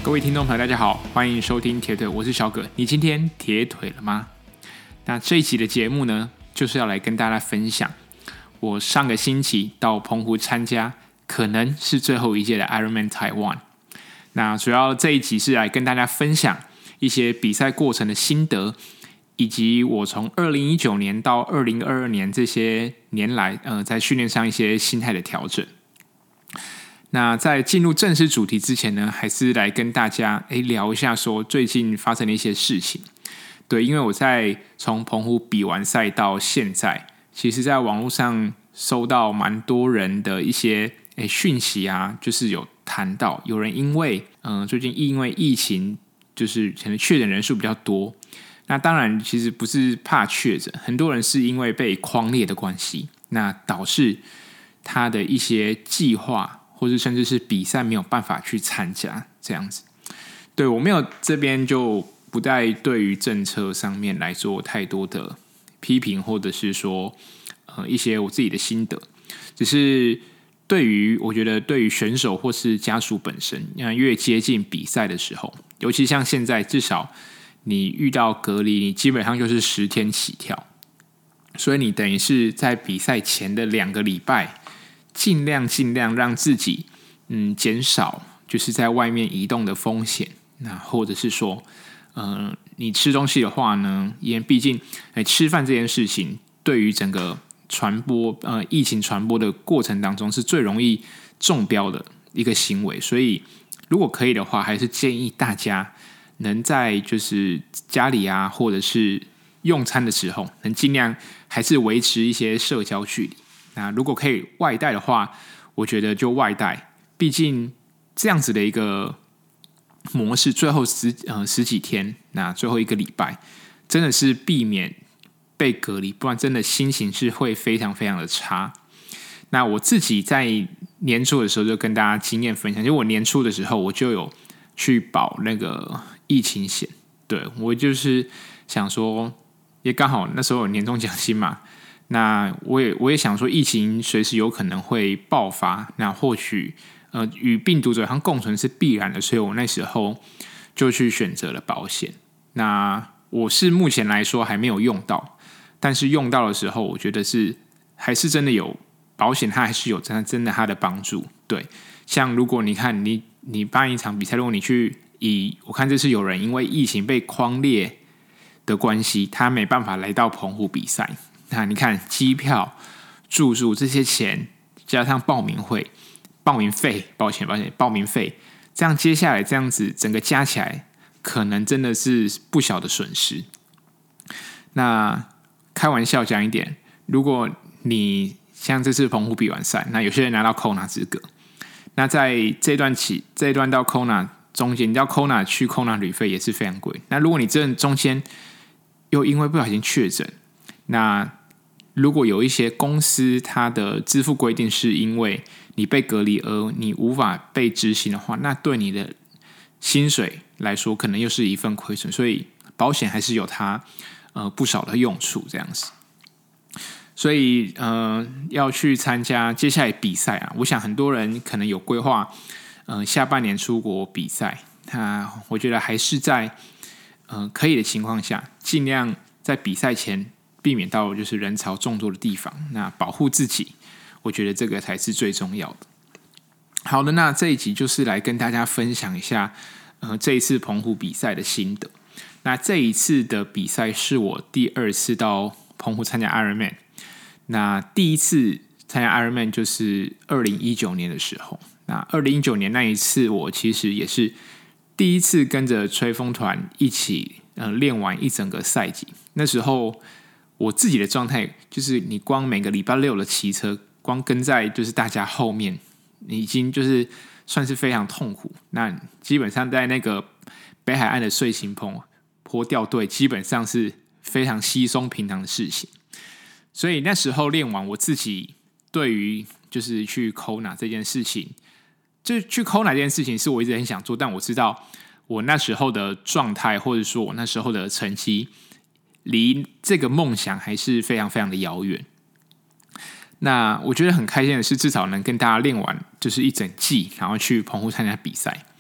各位听众朋友大家好，欢迎收听铁腿，我是小葛。你今天铁腿了吗？那这一期的节目呢，就是要来跟大家分享我上个星期到澎湖参加可能是最后一届的 Ironman Taiwan。那主要这一集是来跟大家分享一些比赛过程的心得，以及我从2019年到2022年这些年来在训练上一些心态的调整。那在进入正式主题之前呢，还是来跟大家聊一下说最近发生的一些事情。对，因为我在从澎湖比完赛到现在，其实在网络上收到蛮多人的一些讯息啊，就是有谈到有人因为最近因为疫情，就是可能确诊人数比较多。那当然其实不是怕确诊，很多人是因为被匡列的关系，那导致他的一些计划或是甚至是比赛没有办法去参加这样子。对，我没有这边就不再对于政策上面来做太多的批评，或者是说一些我自己的心得，只是我觉得对于选手或是家属本身，越接近比赛的时候，尤其像现在，至少你遇到隔离，你基本上就是10天起跳，所以你等于是在比赛前的2个礼拜，尽量让自己减少就是在外面移动的风险。那或者是说你吃东西的话呢，因为毕竟吃饭这件事情对于整个传播疫情传播的过程当中是最容易中标的一个行为，所以如果可以的话，还是建议大家能在就是家里啊，或者是用餐的时候，能尽量还是维持一些社交距离。那如果可以外带的话，我觉得就外带，毕竟这样子的一个模式，最后十几天，那最后1个礼拜，真的是避免被隔离，不然真的心情是会非常非常的差。那我自己在年初的时候就跟大家经验分享，就我年初的时候我就有去保那个疫情险，对，我就是想说，也刚好那时候有年终奖金嘛。那我也想说，疫情随时有可能会爆发，那或许与病毒者共存是必然的，所以我那时候就去选择了保险。那我是目前来说还没有用到，但是用到的时候，我觉得还是真的有保险，它还是有真的它的帮助。对，像如果你看你办一场比赛，如果你去我看这次有人因为疫情被匡列的关系，他没办法来到澎湖比赛。那你看机票、住宿这些钱，加上报名费，这样接下来这样子整个加起来，可能真的是不小的损失。那开玩笑讲一点，如果你像这次澎湖比完赛，那有些人拿到 Kona 资格，那在这一段到 Kona 中间，你到 Kona 去 Kona 旅费也是非常贵。那如果你这中间又因为不小心确诊，那如果有一些公司它的支付规定是因为你被隔离而你无法被执行的话，那对你的薪水来说可能又是一份亏损，所以保险还是有它不少的用处这样子。所以要去参加接下来比赛啊，我想很多人可能有规划下半年出国比赛，我觉得还是在可以的情况下，尽量在比赛前避免到就是人潮众多的地方，那保护自己，我觉得这个才是最重要的。好的，那这一集就是来跟大家分享一下这一次澎湖比赛的心得。那这一次的比赛是我第2次到澎湖参加 Ironman， 那第一次参加 Ironman 就是2019年的时候。那2019年那一次，我其实也是第一次跟着吹风团一起练完一整个赛季。那时候我自己的状态就是，你光每个礼拜6的骑车，光跟在就是大家后面，你已经就是算是非常痛苦。那基本上在那个北海岸的碎行坡掉队，基本上是非常稀松平常的事情。所以那时候练完，我自己对于就是去 Kona 这件事情，就去 Kona 这件事情是我一直很想做，但我知道我那时候的状态，或者说我那时候的成绩，离这个梦想还是非常非常的遥远。那我觉得很开心的是，至少能跟大家练完就是一整季，然后去澎湖参加比赛。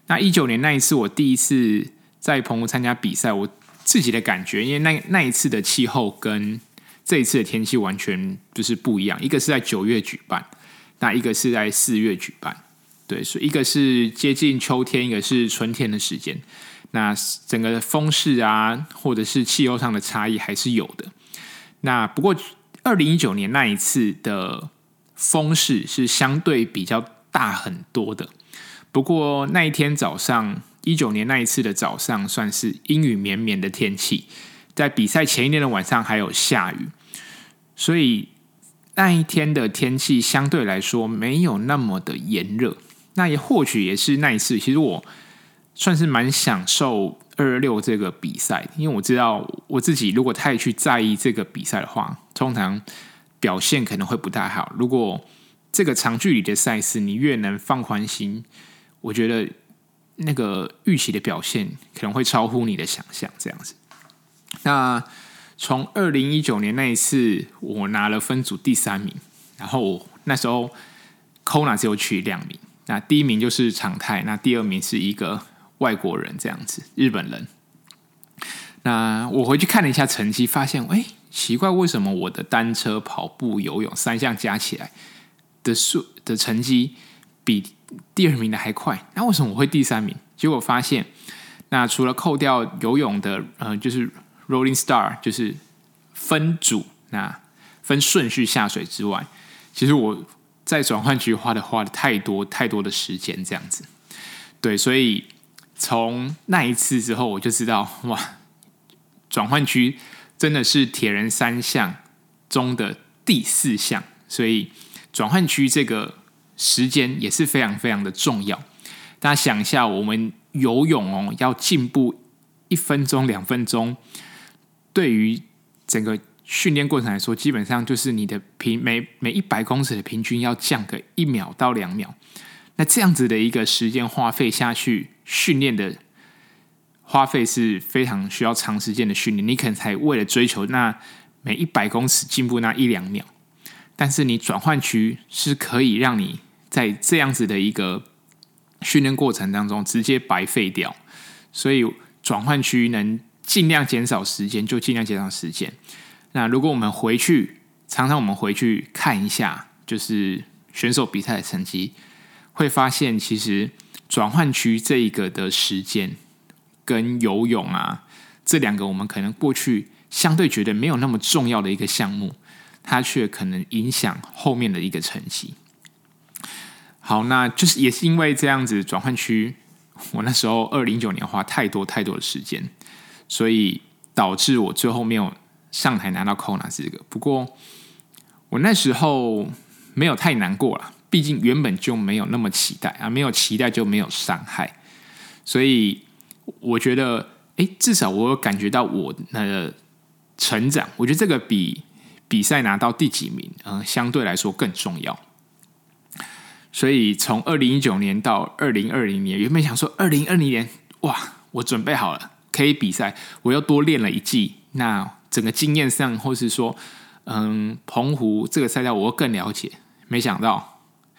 那19年那一次我第一次在澎湖参加比赛，我自己的感觉，因为那一次的气候跟这一次的天气完全就是不一样，一个是在9月举办，那一个是在4月举办，对，所以一个是接近秋天，一个是春天的时间，那整个风势啊，或者是气候上的差异还是有的。那不过2019年那一次的风势是相对比较大很多的，不过那一天早上19年那一次的早上算是阴雨绵绵的天气，在比赛前一天的晚上还有下雨，所以那一天的天气相对来说没有那么的炎热。那也或许也是那一次，其实我算是蛮享受226这个比赛，因为我知道我自己如果太去在意这个比赛的话，通常表现可能会不太好。如果这个长距离的赛事你越能放宽心，我觉得那个预期的表现可能会超乎你的想象这样子。那从2019年那一次我拿了分组第3名，然后那时候 Kona 只有取2名，那第1名就是常态，那第2名是一个外国人这样子，日本人。那我回去看了一下成绩，发现奇怪，为什么我的单车、跑步、游泳3项加起来的成绩比第2名的还快？那为什么我会第3名？结果发现，那除了扣掉游泳的就是 Rolling Star， 就是分组那分顺序下水之外，其实我在转换区花了太多的时间这样子。对，所以从那一次之后，我就知道哇，转换区真的是铁人3项中的第4项，所以转换区这个时间也是非常非常的重要。大家想一下，我们游泳要进步1分钟、2分钟，对于整个训练过程来说，基本上就是你的每100公尺的平均要降个1秒到2秒。那这样子的一个时间花费下去，训练的花费是非常需要长时间的训练，你可能才为了追求那每100公尺进步那1-2秒，但是你转换区是可以让你在这样子的一个训练过程当中直接白费掉，所以转换区能尽量减少时间就尽量减少时间。那如果我们常常我们回去看一下，就是选手比赛的成绩，会发现其实转换区这一个的时间跟游泳啊这2个我们可能过去相对觉得没有那么重要的一个项目，它却可能影响后面的一个成绩。好，那就是也是因为这样子转换区，我那时候2019年花太多的时间，所以导致我最后没有上台拿到 Kona 这个。不过我那时候没有太难过了，毕竟原本就没有那么期待啊，没有期待就没有伤害，所以我觉得至少我有感觉到我的成长，我觉得这个比赛拿到第几名相对来说更重要。所以从2019年到2020年，原本想说2020年哇，我准备好了可以比赛，我又多练了1季，那整个经验上或是说澎湖这个赛道我更了解，没想到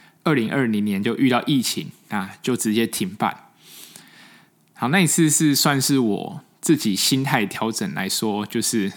2020年就遇到疫情，那就直接停办。好，那一次是算是我自己心态调整来说，就是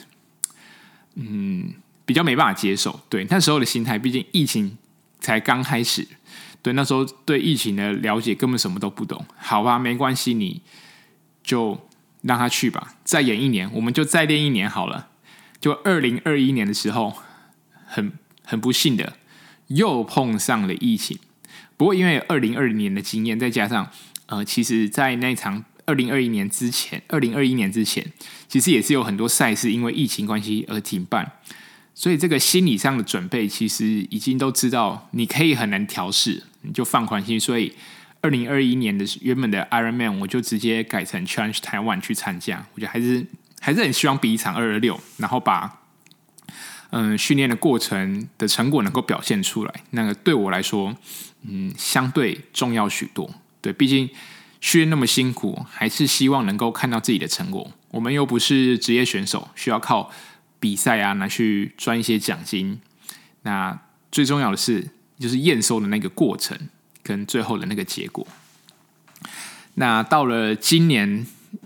比较没办法接受。对，那时候的心态，毕竟疫情才刚开始，对，那时候对疫情的了解根本什么都不懂。好吧，没关系，你就让他去吧，再演1年，我们就再练1年好了。就2021年的时候，很不幸的又碰上了疫情。不过因为2020年的经验，再加上其实在那场2021年之前，其实也是有很多赛事因为疫情关系而停办，所以这个心理上的准备其实已经都知道你可以很难调试，你就放宽心。所以2021年的原本的 Ironman 我就直接改成 Challenge Taiwan 去参加，我觉得还是很希望比一场226，然后把训练的过程的成果能够表现出来，那个对我来说相对重要许多。对，毕竟训练那么辛苦，还是希望能够看到自己的成果。我们又不是职业选手，需要靠比赛啊拿去赚一些奖金。那最重要的是，就是验收的那个过程跟最后的那个结果。 那到了今年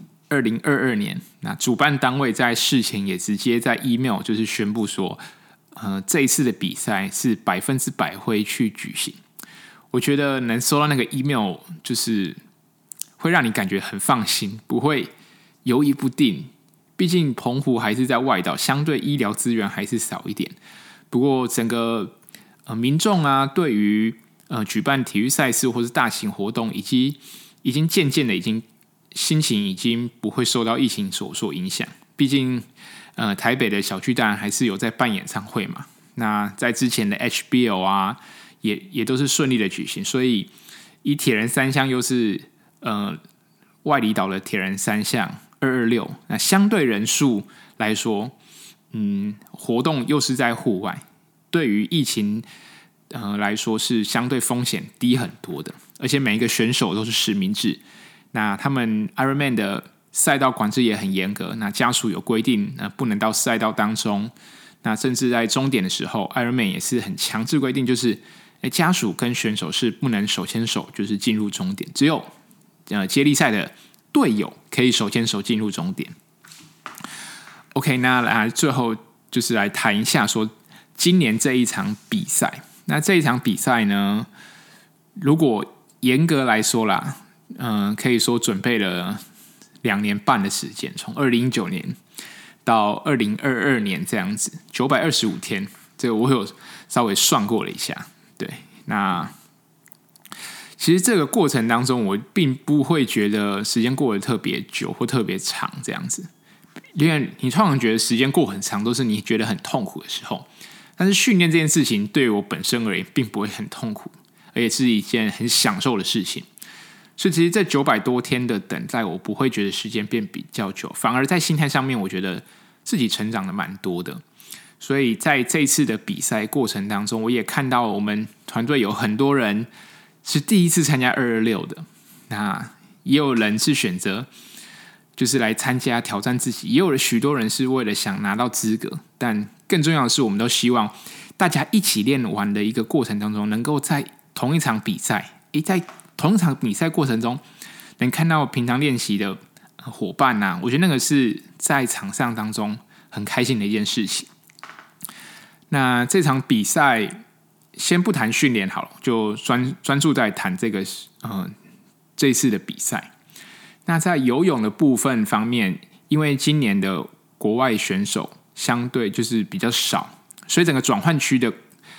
2022年，那主办单位在事前也直接在 email 就是宣布说，这一次的比赛是100%会去举行。我觉得能收到那个 email，就是会让你感觉很放心，不会犹豫不定。毕竟澎湖还是在外岛，相对医疗资源还是少一点。不过整个民众啊，对于举办体育赛事或是大型活动，已经渐渐的心情已经不会受到疫情所影响。毕竟台北的小巨蛋还是有在办演唱会嘛。那在之前的 HBL 啊，也都是顺利的举行。所以以铁人三项又是外里岛的铁人三项226，那相对人数来说，活动又是在户外，对于疫情来说是相对风险低很多的，而且每一个选手都是实名制。那他们 Ironman 的赛道管制也很严格，那家属有规定，不能到赛道当中。那甚至在终点的时候 ，Ironman 也是很强制规定，就是家属跟选手是不能手牵手，就是进入终点，只有接力赛的队友可以手牵手进入终点。OK， 那最后就是来谈一下说今年这一场比赛。那这一场比赛呢，如果严格来说啦，可以说准备了2年半的时间，从2019年到2022年这样子，925天，这个我有稍微算过了一下。对，那其实这个过程当中，我并不会觉得时间过得特别久或特别长这样子，因为你通常觉得时间过很长，都是你觉得很痛苦的时候。但是训练这件事情对于我本身而言，并不会很痛苦，而且是一件很享受的事情。所以其实这900多天的等待，我不会觉得时间变比较久，反而在心态上面，我觉得自己成长的蛮多的。所以在这一次的比赛过程当中，我也看到我们团队有很多人是第一次参加226的，那也有人是选择就是来参加挑战自己，也有许多人是为了想拿到资格。但更重要的是，我们都希望大家一起练完的一个过程当中，能够在同一场比赛，在同一场比赛过程中，能看到平常练习的伙伴啊，我觉得那个是在场上当中很开心的一件事情。那这场比赛先不谈训练好了，就专注在谈这一次的比赛。那在游泳的部分方面，因为今年的国外选手相对就是比较少，所以整个转换区的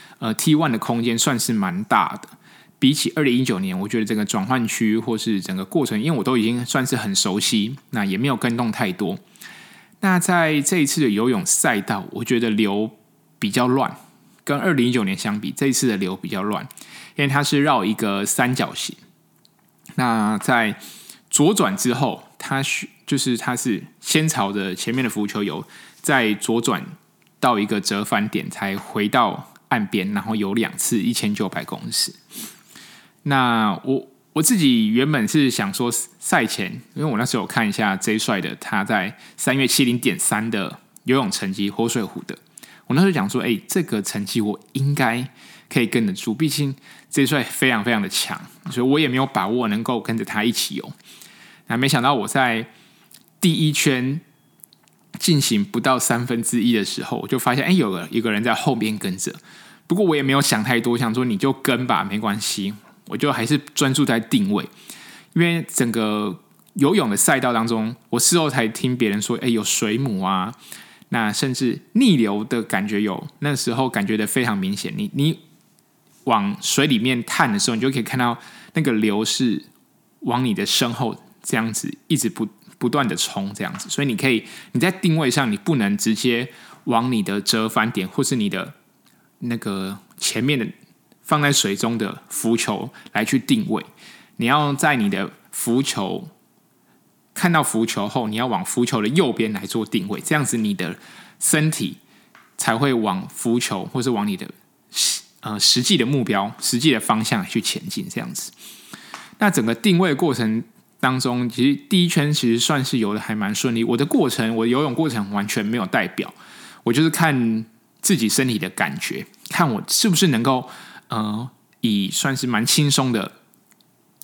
T1 的空间算是蛮大的。比起2019年，我觉得整个转换区或是整个过程，因为我都已经算是很熟悉，那也没有跟动太多。那在这一次的游泳赛道，我觉得流比较乱，跟2019年相比，这一次的流比较乱，因为它是绕一个三角形。那在左转之后，它是先朝着前面的浮球游，再左转到一个折返点，才回到岸边，然后游2次1900公尺。那我自己原本是想说赛前，因为我那时候有看一下 J 帅的他在3月70.3的游泳成绩，活水湖的，我那时候讲说，这个成绩我应该可以跟得住，毕竟 J 帅非常非常的强，所以我也没有把握能够跟着他一起游。那没想到我在第一圈进行不到1/3的时候，我就发现有一个人在后边跟着，不过我也没有想太多，想说你就跟吧，没关系。我就还是专注在定位，因为整个游泳的赛道当中，我事后才听别人说，有水母啊，那甚至逆流的感觉有，那时候感觉的非常明显。你往水里面探的时候，你就可以看到那个流是往你的身后这样子一直不断的冲这样子，所以你在定位上，你不能直接往你的折返点或是你的那个前面的放在水中的浮球来去定位，你要在你的浮球看到浮球后，你要往浮球的右边来做定位，这样子你的身体才会往浮球或是往你的实际的目标、实际的方向去前进。这样子，那整个定位过程当中，其实第一圈其实算是游的还蛮顺利。我的游泳过程完全没有代表，我就是看自己身体的感觉，看我是不是能够以算是蛮轻松的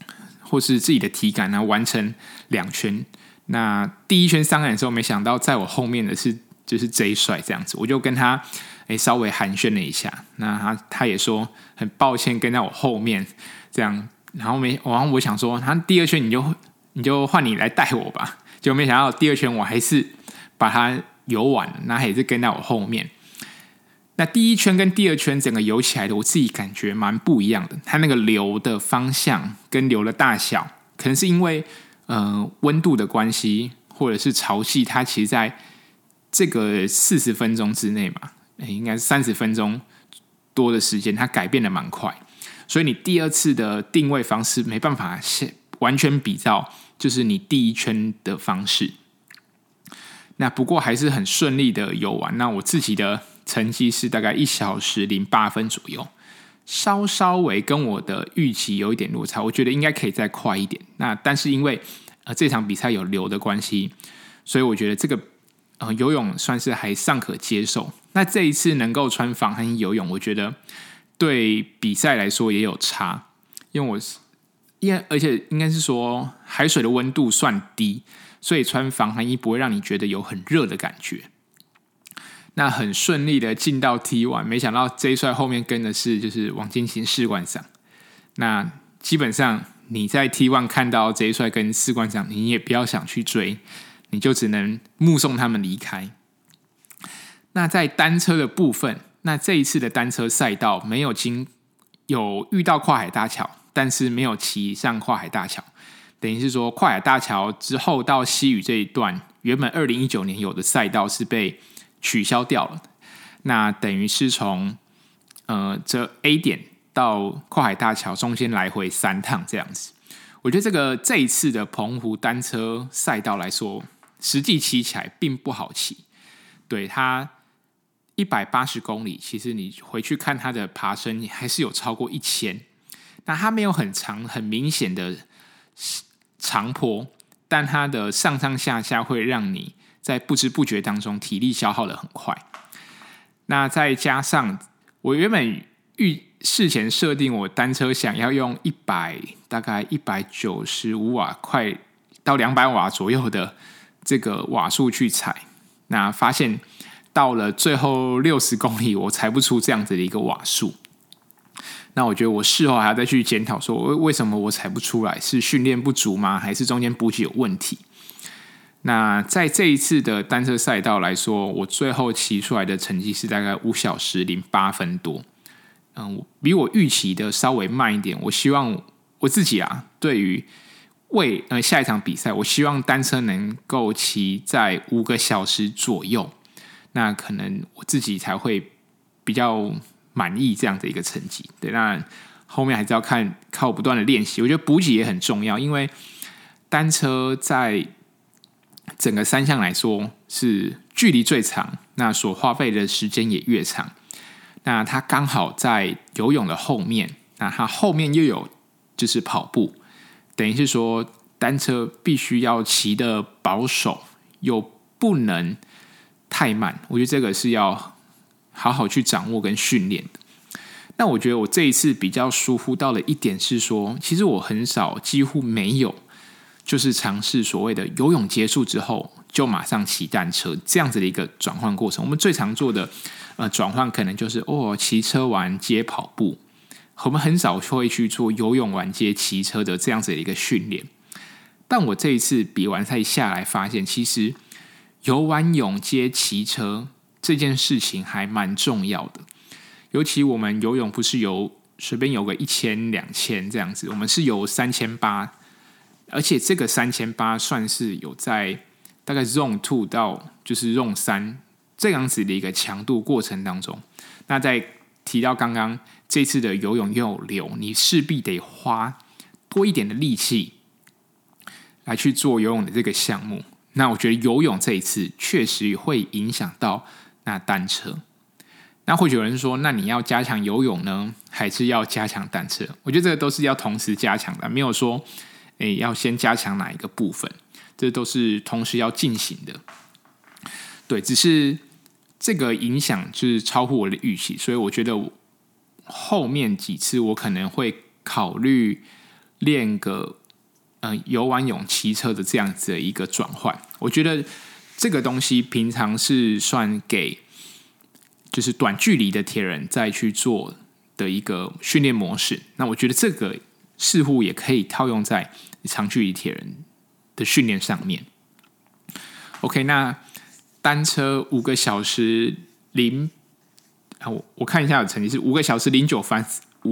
或是自己的体感完成2圈。那第一圈上岸的时候，没想到在我后面的就是 J 帅这样子，我就跟他稍微寒暄了一下。那他也说很抱歉跟在我后面这样，然后我想说，他第2圈你就换你来带我吧。结果没想到第2圈我还是把他游完了，那他也是跟在我后面。那第1圈跟第2圈整个游起来的，我自己感觉蛮不一样的。它那个流的方向跟流的大小，可能是因为温度的关系，或者是潮汐，它其实在这个40分钟之内嘛，应该是30分钟多的时间，它改变的蛮快，所以你第2次的定位方式没办法完全比照，就是你第1圈的方式。那不过还是很顺利的游完。那我自己的成绩是大概1小时08分左右，稍微跟我的预期有一点落差，我觉得应该可以再快一点。那但是因为这场比赛有流的关系，所以我觉得这个游泳算是还尚可接受。那这一次能够穿防寒衣游泳，我觉得对比赛来说也有差，而且应该是说海水的温度算低，所以穿防寒衣不会让你觉得有很热的感觉。那很顺利的进到 T1， 没想到这一帅后面跟的是就是王金琴士官长。那基本上你在 T1 看到这一帅跟士官长，你也不要想去追，你就只能目送他们离开。那在单车的部分，那这一次的单车赛道有遇到跨海大桥，但是没有骑上跨海大桥，等于是说跨海大桥之后到西屿这一段，原本2019年有的赛道是被取消掉了。那等于是从这 A 点到跨海大桥中间来回3趟这样子。我觉得这一次的澎湖单车赛道来说，实际骑起来并不好骑。对，它180公里，其实你回去看它的爬升还是有超过1000。那它没有很长很明显的长坡，但它的上上下下会让你在不知不觉当中体力消耗得很快。那再加上我原本事前设定我单车想要用大概195瓦快到200瓦左右的这个瓦数去踩，那发现到了最后60公里我踩不出这样子的一个瓦数。那我觉得我事后还要再去检讨说为什么我踩不出来，是训练不足吗？还是中间补给有问题？那在这一次的单车赛道来说，我最后骑出来的成绩是大概5小时08分多。比我预期的稍微慢一点。我希望我自己对于下一场比赛，我希望单车能够骑在5个小时左右，那可能我自己才会比较满意这样的一个成绩。对，那后面还是要靠不断的练习。我觉得补给也很重要，因为单车在整个3项来说是距离最长，那所花费的时间也越长。那它刚好在游泳的后面，那它后面又有就是跑步，等于是说单车必须要骑得保守，又不能太慢。我觉得这个是要好好去掌握跟训练的。那我觉得我这一次比较疏忽到了一点是说，其实我很少几乎没有就是尝试所谓的游泳结束之后就马上骑单车这样子的一个转换过程。我们最常做的转换可能就是骑车完接跑步，我们很少会去做游泳完接骑车的这样子的一个训练。但我这一次比完赛下来发现，其实游完泳接骑车这件事情还蛮重要的。尤其我们游泳不是随便游个1000、2000这样子，我们是游3800，而且这个3800算是有在大概 Zone 2到就是 Zone 3这样子的一个强度过程当中。那在提到刚刚这次的游泳又有流，你势必得花多一点的力气来去做游泳的这个项目。那我觉得游泳这一次确实会影响到那单车。那或许有人说，那你要加强游泳呢，还是要加强单车？我觉得这个都是要同时加强的，没有说要先加强哪一个部分，这都是同时要进行的。对，只是这个影响就是超乎我的预期，所以我觉得后面几次我可能会考虑练个游完泳骑车的这样子的一个转换。我觉得这个东西平常是算给就是短距离的铁人再去做的一个训练模式。那我觉得这个似乎也可以套用在长距离铁人的训练上面。OK， 那单车5个小时我看一下有成绩是5个小时09分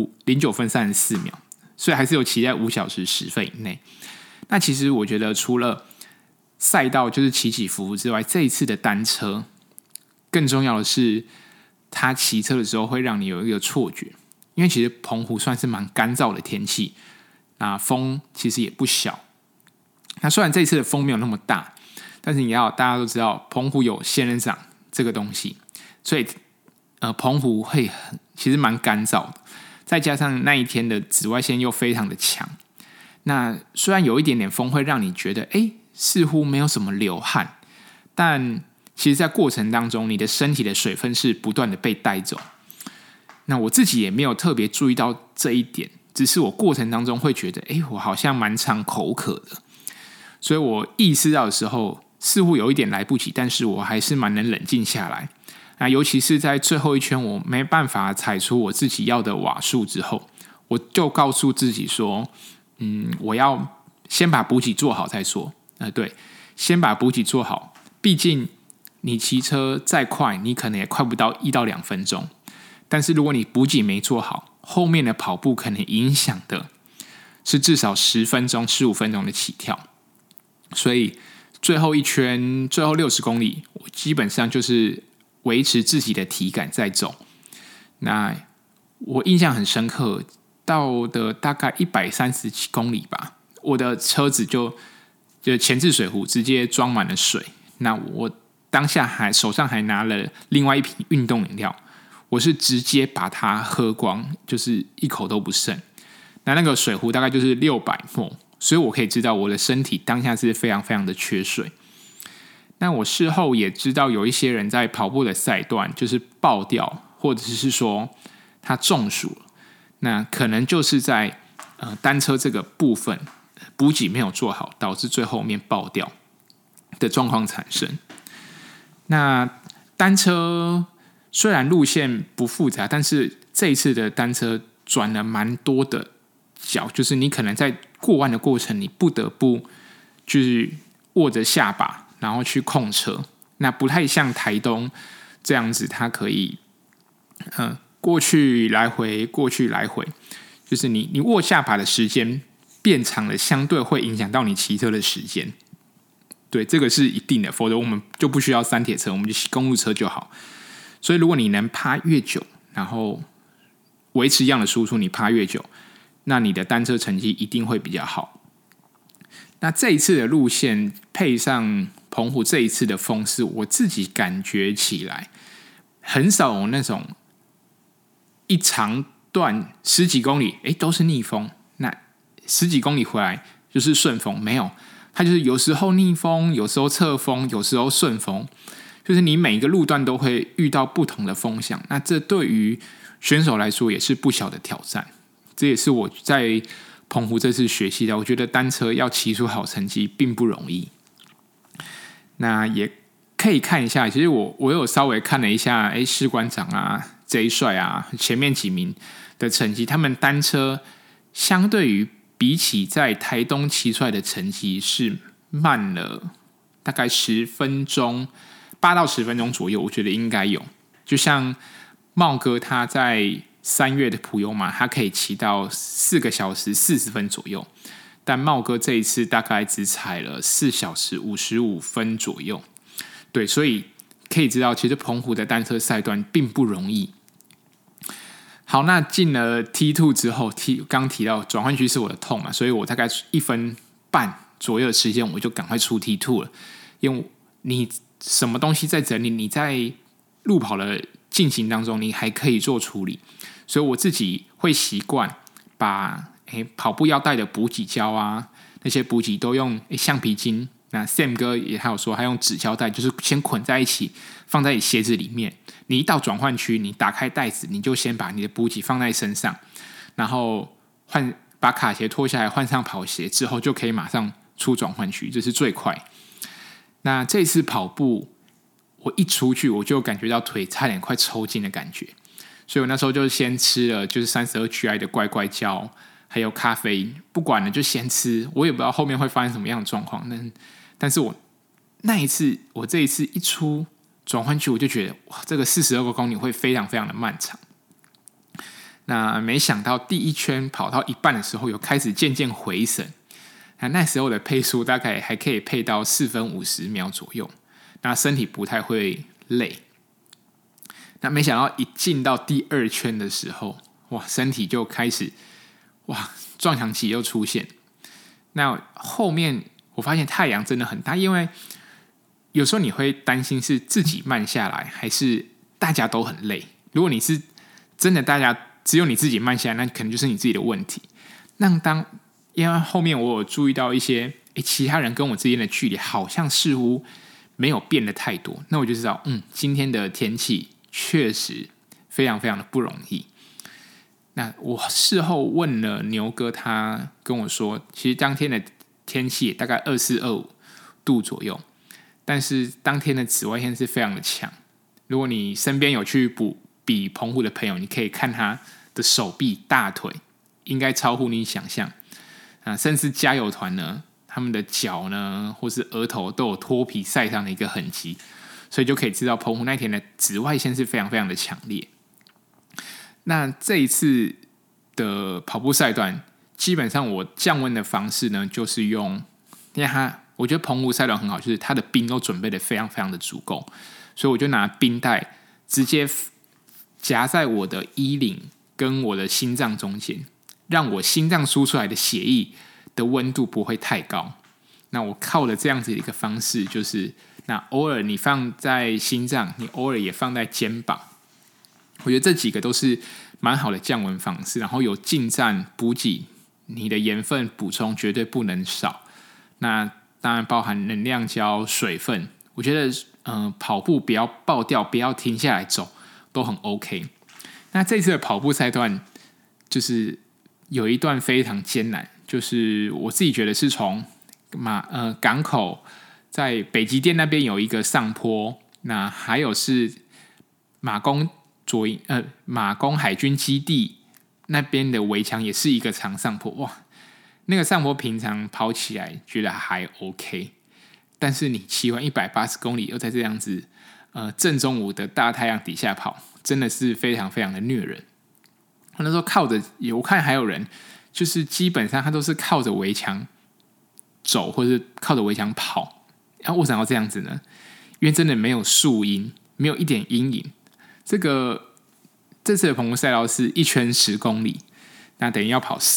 34秒，所以还是有骑在5小时10分以内。那其实我觉得除了赛道就是起起伏伏之外，这一次的单车更重要的是，它骑车的时候会让你有一个错觉，因为其实澎湖算是蛮干燥的天气，那风其实也不小。那虽然这一次的风没有那么大，但是大家都知道澎湖有仙人掌这个东西，所以澎湖会其实蛮干燥的，再加上那一天的紫外线又非常的强。那虽然有一点点风会让你觉得似乎没有什么流汗，但其实在过程当中你的身体的水分是不断的被带走。那我自己也没有特别注意到这一点，只是我过程当中会觉得我好像蛮常口渴的，所以我意识到的时候似乎有一点来不及，但是我还是蛮能冷静下来。那尤其是在最后一圈我没办法踩出我自己要的瓦数之后，我就告诉自己说我要先把补给做好再说。对，先把补给做好，毕竟你骑车再快你可能也快不到1到2分钟，但是如果你补给没做好，后面的跑步可能影响的是至少10分钟15分钟的起跳。所以最后一圈最后60公里我基本上就是维持自己的体感在走。那我印象很深刻，到的大概130几公里吧，我的车子就前置水壶直接装满了水。那我当下手上还拿了另外一瓶运动饮料，我是直接把它喝光，就是一口都不剩。那个水壶大概就是600ml，所以我可以知道我的身体当下是非常非常的缺水。那我事后也知道有一些人在跑步的赛段就是爆掉，或者是说他中暑了，那可能就是在单车这个部分补给没有做好，导致最后面爆掉的状况产生。那单车虽然路线不复杂，但是这一次的单车转了蛮多的角，就是你可能在过弯的过程，你不得不就是握着下把然后去控车。那不太像台东这样子，它可以过去来回过去来回，就是你握下把的时间变长了，相对会影响到你骑车的时间。对，这个是一定的，否则我们就不需要三铁车，我们就骑公路车就好。所以如果你能趴越久，然后维持一样的输出，你趴越久，那你的单车成绩一定会比较好。那这一次的路线配上澎湖这一次的风势，我自己感觉起来很少有那种一长段10几公里都是逆风，那10几公里回来就是顺风，没有，它就是有时候逆风，有时候侧风，有时候顺风，就是你每一个路段都会遇到不同的风向。那这对于选手来说也是不小的挑战，这也是我在澎湖这次学习的。我觉得单车要骑出好成绩并不容易。那也可以看一下，其实我有稍微看了一下士官长啊 J 帅啊前面几名的成绩，他们单车相对于比起在台东骑出来的成绩是慢了大概10分钟，8到10分钟左右，我觉得应该有。就像茂哥他在3月的普悠玛，他可以骑到4个小时40分左右，但茂哥这一次大概只踩了4小时55分左右。对，所以可以知道，其实澎湖的单车赛段并不容易。好，那进了 T2 之后，刚提到转换区是我的痛嘛，所以我大概1分半左右的时间，我就赶快出 T2 了。因为你什么东西在整理，你在路跑的进行当中，你还可以做处理，所以我自己会习惯把跑步要带的补给胶啊，那些补给都用橡皮筋。那 Sam 哥也还有说，他用纸胶带，就是先捆在一起，放在你鞋子里面。你一到转换区，你打开袋子，你就先把你的补给放在身上，然后把卡鞋脱下来换上跑鞋之后就可以马上出转换区，这是最快。那这次跑步我一出去我就感觉到腿差点快抽筋的感觉，所以我那时候就先吃了就是32GI 的怪怪胶还有咖啡因，不管了就先吃，我也不知道后面会发生什么样的状况。但是我这一次一出转换区我就觉得哇，这个42公里会非常非常的漫长。那没想到第一圈跑到一半的时候有开始渐渐回神，那时候的配速大概还可以配到4分50秒左右，那身体不太会累。那没想到一进到第2圈的时候，哇，身体就开始撞墙期又出现。那后面我发现太阳真的很大，因为有时候你会担心是自己慢下来还是大家都很累。如果你是真的大家只有你自己慢下来，那可能就是你自己的问题。因为后面我有注意到一些其他人跟我之间的距离好像似乎没有变得太多，那我就知道今天的天气确实非常非常的不容易。那我事后问了牛哥，他跟我说其实当天的天气大概24、25度左右，但是当天的紫外线是非常的强。如果你身边有去比澎湖的朋友，你可以看他的手臂大腿应该超乎你想象。甚至加油团呢，他们的脚呢或是额头都有脱皮晒伤的一个痕迹，所以就可以知道澎湖那天的紫外线是非常非常的强烈。那这一次的跑步赛段，基本上我降温的方式呢，就是因为我觉得澎湖赛段很好，就是它的冰都准备的非常非常的足够，所以我就拿冰袋直接夹在我的衣领跟我的心脏中间，让我心脏输出来的血液的温度不会太高。那我靠了这样子的一个方式，就是那偶尔你放在心脏，你偶尔也放在肩膀，我觉得这几个都是蛮好的降温方式。然后有进站补给，你的盐分补充绝对不能少。那当然包含能量胶、水分。我觉得跑步不要爆掉，不要停下来走，都很 OK。那这次的跑步赛段就是有一段非常艰难，就是我自己觉得是从港口在北极店那边有一个上坡，那还有是马公海军基地那边的围墙也是一个长上坡。哇，那个上坡平常跑起来觉得还 OK， 但是你骑完180公里又在这样子正中午的大太阳底下跑，真的是非常非常的虐人。我那时候靠着，我看还有人就是基本上他都是靠着围墙走，或是靠着围墙跑。然后为什么要这样子呢？因为真的没有树荫，没有一点阴影。这次的澎湖赛道是1圈10公里，那等于要跑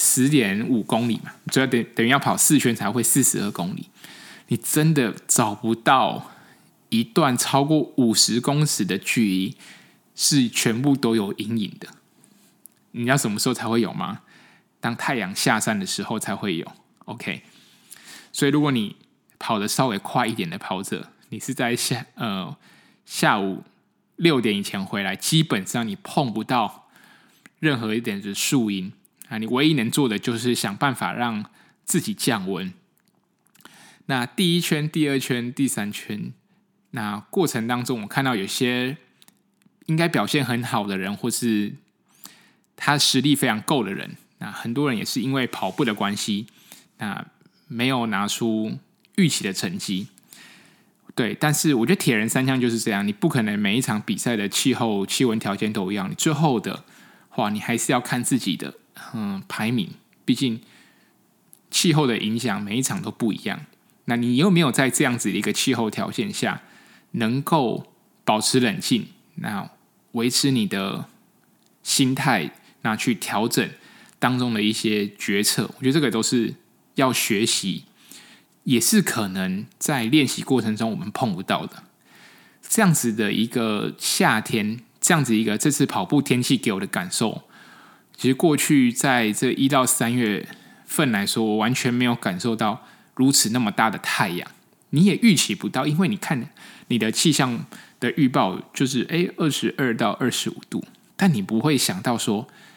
10.5公里嘛，所以等于要跑4圈才会42公里。你真的找不到一段超过50公尺的距离是全部都有阴影的。你知道什么时候才会有吗？当太阳下山的时候才会有。 OK， 所以如果你跑得稍微快一点的跑者，你是在下午6点以前回来，基本上你碰不到任何一点的树荫啊！你唯一能做的就是想办法让自己降温。那第1圈、第2圈、第3圈，那过程当中我看到有些应该表现很好的人，或是他实力非常够的人，那很多人也是因为跑步的关系，那没有拿出预期的成绩。对，但是我觉得铁人三项就是这样，你不可能每一场比赛的气温条件都一样，你最后的话你还是要看自己的排名，毕竟气候的影响每一场都不一样。那你有没有在这样子的一个气候条件下能够保持冷静，那维持你的心态，那去调整当中的一些决策，我觉得这个都是要学习，也是可能在练习过程中我们碰不到的。这样子的一个夏天，这样子一个这次跑步天气给我的感受，其实过去在这1到3月份来说，我完全没有感受到如此那么大的太阳，你也预期不到，因为你看你的气象的预报就是22到25度，但你不会想到说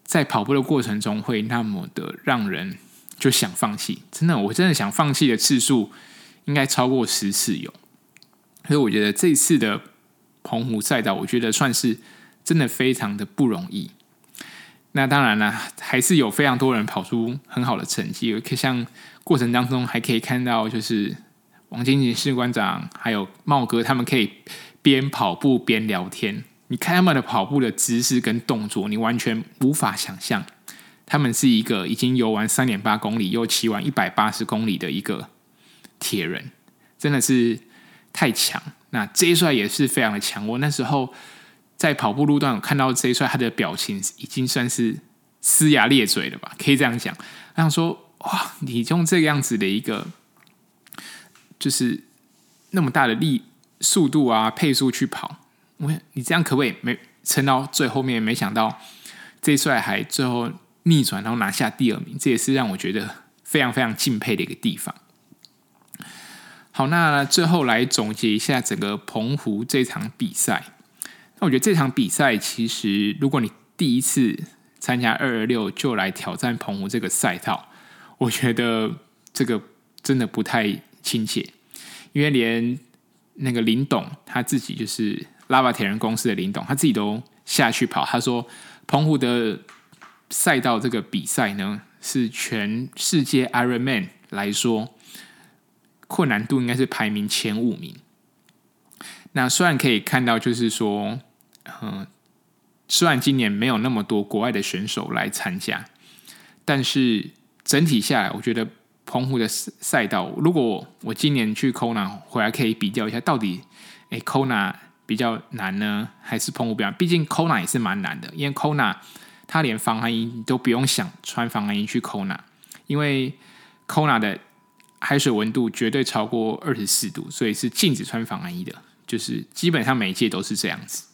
在跑步的过程中会那么的让人就想放弃。真的，我真的想放弃的次数应该超过10次有。所以我觉得这一次的澎湖赛道，我觉得算是真的非常的不容易。那当然啦，还是有非常多人跑出很好的成绩，可以像过程当中还可以看到，就是王金吉士官长还有茂哥，他们可以边跑步边聊天。你看他们的跑步的姿势跟动作，你完全无法想象，他们是一个已经游完3.8公里又骑完180公里的一个铁人，真的是太强。那J帅也是非常的强，我那时候在跑步路段有看到J帅，他的表情已经算是呲牙咧嘴了吧，可以这样讲。我想说，哇，你用这个样子的一个，就是那么大的速度啊、配速去跑，你这样可不可以撑到最后面？没想到J帅还最后逆转，然后拿下第2名，这也是让我觉得非常非常敬佩的一个地方。好，那最后来总结一下整个澎湖这场比赛。那我觉得这场比赛其实，如果你第一次参加226就来挑战澎湖这个赛道，我觉得这个真的不太亲切，因为连那个林董他自己就是拉巴铁人公司的林董，他自己都下去跑，他说澎湖的赛道这个比赛呢，是全世界 Ironman 来说困难度应该是排名前5名。那虽然可以看到，就是说，虽然今年没有那么多国外的选手来参加，但是整体下来，我觉得澎湖的赛道，如果我今年去 Kona 回来，可以比较一下，到底Kona 比较难呢，还是澎湖比较难？毕竟 Kona 也是蛮难的，因为 Kona 它连防寒衣你都不用想穿防寒衣去 Kona， 因为 Kona 的海水温度绝对超过24度，所以是禁止穿防寒衣的，就是基本上每一届都是这样子。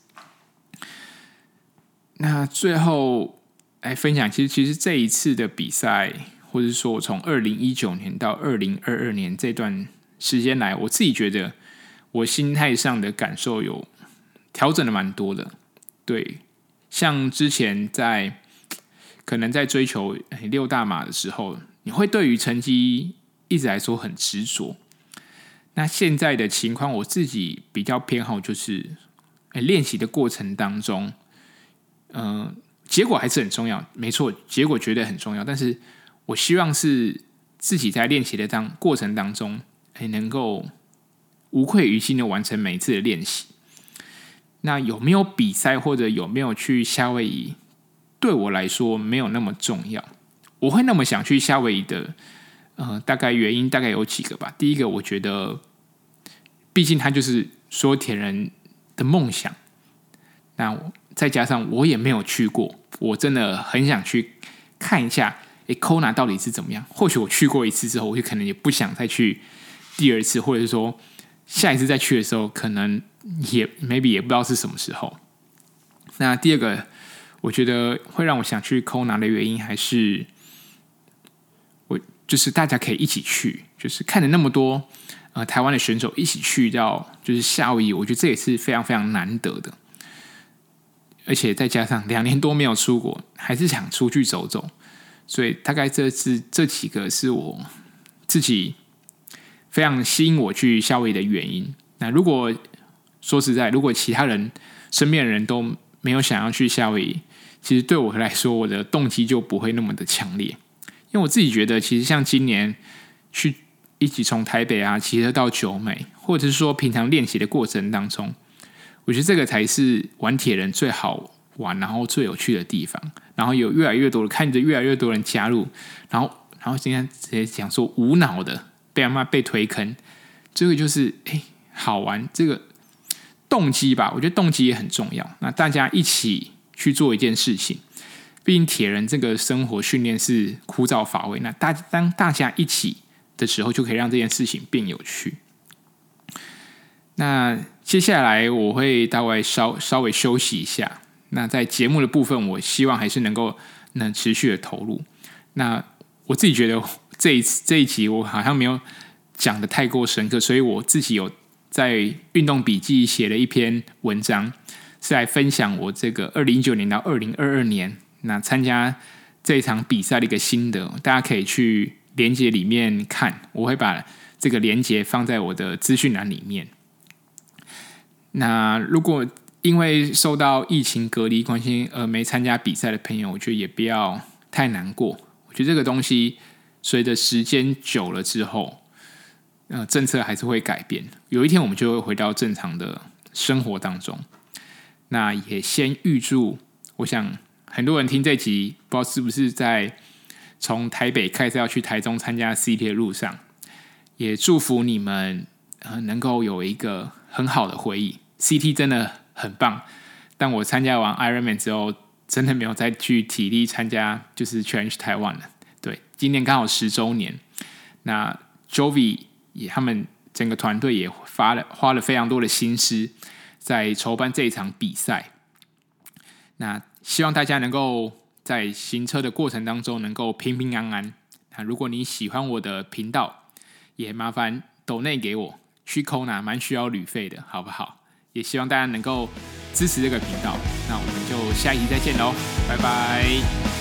那最后来分享，其实这一次的比赛，或者说我从2019年到2022年这段时间来，我自己觉得我心态上的感受有调整的蛮多的。对，像之前可能在追求6大马的时候，你会对于成绩一直来说很执着。那现在的情况，我自己比较偏好就是练习的过程当中，结果还是很重要，没错，结果绝对很重要。但是我希望是自己在练习的过程当中，能够无愧于心的完成每一次的练习。那有没有比赛或者有没有去夏威夷，对我来说没有那么重要。我会那么想去夏威夷的，大概原因大概有几个吧。第一个，我觉得，毕竟它就是所有铁人的梦想。那再加上我也没有去过，我真的很想去看一下，Kona 到底是怎么样。或许我去过一次之后，我就可能也不想再去第2次，或者是说下一次再去的时候，可能maybe 也不知道是什么时候。那第二个，我觉得会让我想去 Kona 的原因，还是就是大家可以一起去，就是看了那么多台湾的选手一起去到就是夏威夷，我觉得这也是非常非常难得的。而且再加上2年多没有出国，还是想出去走走，所以大概这几个是我自己非常吸引我去夏威夷的原因。那如果说实在，如果其他人身边的人都没有想要去夏威夷，其实对我来说，我的动机就不会那么的强烈。因为我自己觉得，其实像今年去一起从台北骑车到九美，或者是说平常练习的过程当中，我觉得这个才是玩铁人最好玩，然后最有趣的地方。然后有越来越多的看着越来越多人加入，然后今天直接讲说无脑的被推坑，这个就是好玩，这个动机吧，我觉得动机也很重要。那大家一起去做一件事情，毕竟铁人这个生活训练是枯燥乏味，那当大家一起的时候，就可以让这件事情变有趣。那接下来我会大概稍微休息一下。那在节目的部分，我希望还是能持续的投入。那我自己觉得这一集我好像没有讲的太过深刻，所以我自己有在运动笔记写了一篇文章，是来分享我这个2019年到2022年那参加这一场比赛的一个心得，大家可以去连结里面看，我会把这个连结放在我的资讯栏里面。那如果因为受到疫情隔离关系而没参加比赛的朋友，我觉得也不要太难过。我觉得这个东西随着时间久了之后，政策还是会改变，有一天我们就会回到正常的生活当中。那也先预祝，我想很多人听这集，不知道是不是在从台北开车要去台中参加 CT 的路上，也祝福你们能够有一个很好的回忆。CT 真的很棒，但我参加完 Ironman 之后，真的没有再去体力参加就是 Challenge 台湾了。对，今年刚好10周年，那 Jovi 也他们整个团队也花了非常多的心思在筹办这一场比赛。那希望大家能够在行车的过程当中能够平平安安。那如果你喜欢我的频道，也麻烦抖内给我，去 Kona 蛮需要旅费的，好不好？也希望大家能够支持这个频道。那我们就下一集再见喽，拜拜。